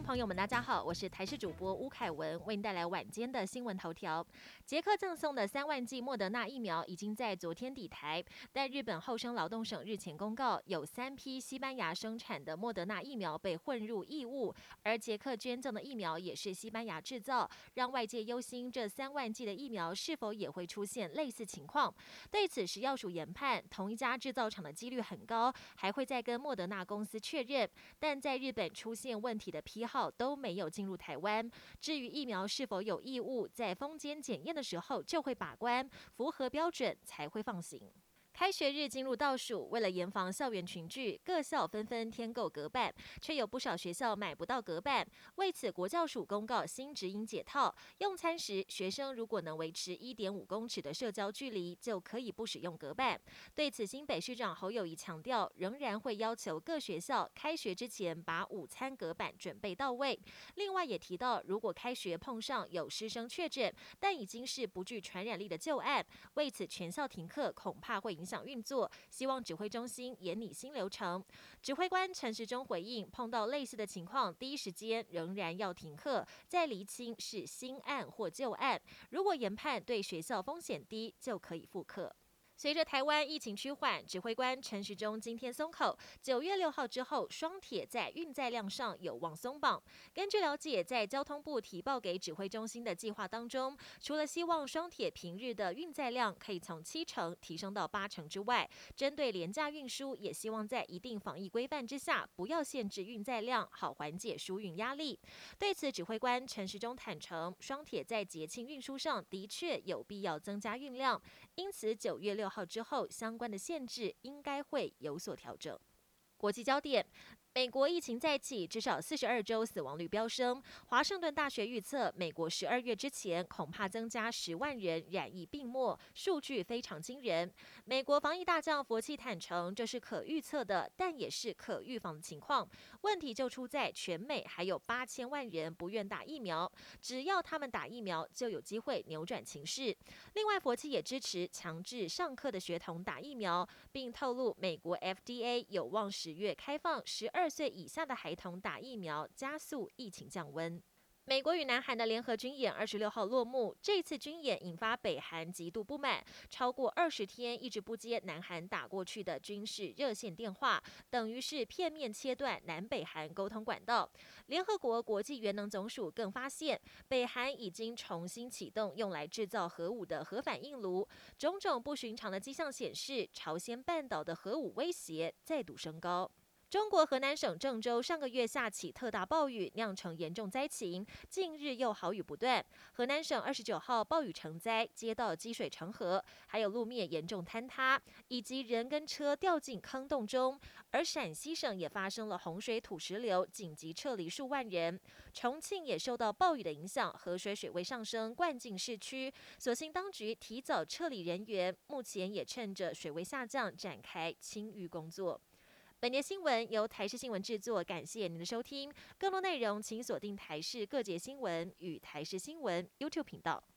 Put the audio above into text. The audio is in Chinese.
朋友们，大家好，我是台视主播吴凯文，为您带来晚间的新闻头条。捷克赠送的3万剂莫德纳疫苗已经在昨天抵台，但日本厚生劳动省日前公告，有3批西班牙生产的莫德纳疫苗被混入异物，而捷克捐赠的疫苗也是西班牙制造，让外界忧心这3万剂的疫苗是否也会出现类似情况。对此，食药署研判，同一家制造厂的几率很高，还会再跟莫德纳公司确认，但在日本出现问题的批号都没有进入台湾。至于疫苗是否有异物，在封检检验的时候就会把关，符合标准才会放行。开学日进入倒数，为了严防校园群聚，各校纷纷添购隔板，却有不少学校买不到隔板。为此，国教署公告新指引解套，用餐时学生如果能维持1.5公尺的社交距离，就可以不使用隔板。对此，新北市长侯友宜强调，仍然会要求各学校开学之前把午餐隔板准备到位。另外也提到，如果开学碰上有师生确诊，但已经是不具传染力的旧案，为此全校停课恐怕会影响运作，希望指挥中心研拟新流程。指挥官陈时中回应，碰到类似的情况，第一时间仍然要停课，再厘清是新案或旧案。如果研判对学校风险低，就可以复课。随着台湾疫情趋缓，指挥官陈时中今天松口，9月6号之后，双铁在运载量上有望松绑。根据了解，在交通部提报给指挥中心的计划当中，除了希望双铁平日的运载量可以从70%提升到80%之外，针对廉价运输，也希望在一定防疫规范之下，不要限制运载量，好缓解输运压力。对此，指挥官陈时中坦承，双铁在节庆运输上的确有必要增加运量，因此9月6号之后，相关的限制应该会有所调整。国际焦点。美国疫情再起，至少42周死亡率飙升。华盛顿大学预测，美国12月之前恐怕增加10万人染疫病末，数据非常惊人。美国防疫大将佛奇坦承，这是可预测的，但也是可预防的情况。问题就出在全美还有8000万人不愿打疫苗，只要他们打疫苗，就有机会扭转情势。另外，佛奇也支持强制上课的学童打疫苗，并透露美国 FDA 有望10月开放12岁以下的孩童打疫苗，加速疫情降温。美国与南韩的联合军演26号落幕，这次军演引发北韩极度不满，超过20天一直不接南韩打过去的军事热线电话，等于是片面切断南北韩沟通管道。联合国国际原能总署更发现，北韩已经重新启动用来制造核武的核反应炉，种种不寻常的迹象显示，朝鲜半岛的核武威胁再度升高。中国河南省郑州上个月下起特大暴雨，酿成严重灾情。近日又好雨不断，河南省29号暴雨成灾，街道积水成河，还有路面严重坍塌，以及人跟车掉进坑洞中。而陕西省也发生了洪水土石流，紧急撤离数万人。重庆也受到暴雨的影响，河水水位上升，灌进市区。所幸当局提早撤离人员，目前也趁着水位下降展开清淤工作。本节新闻由台视新闻制作，感谢您的收听。更多内容请锁定台视各节新闻与台视新闻 YouTube 频道。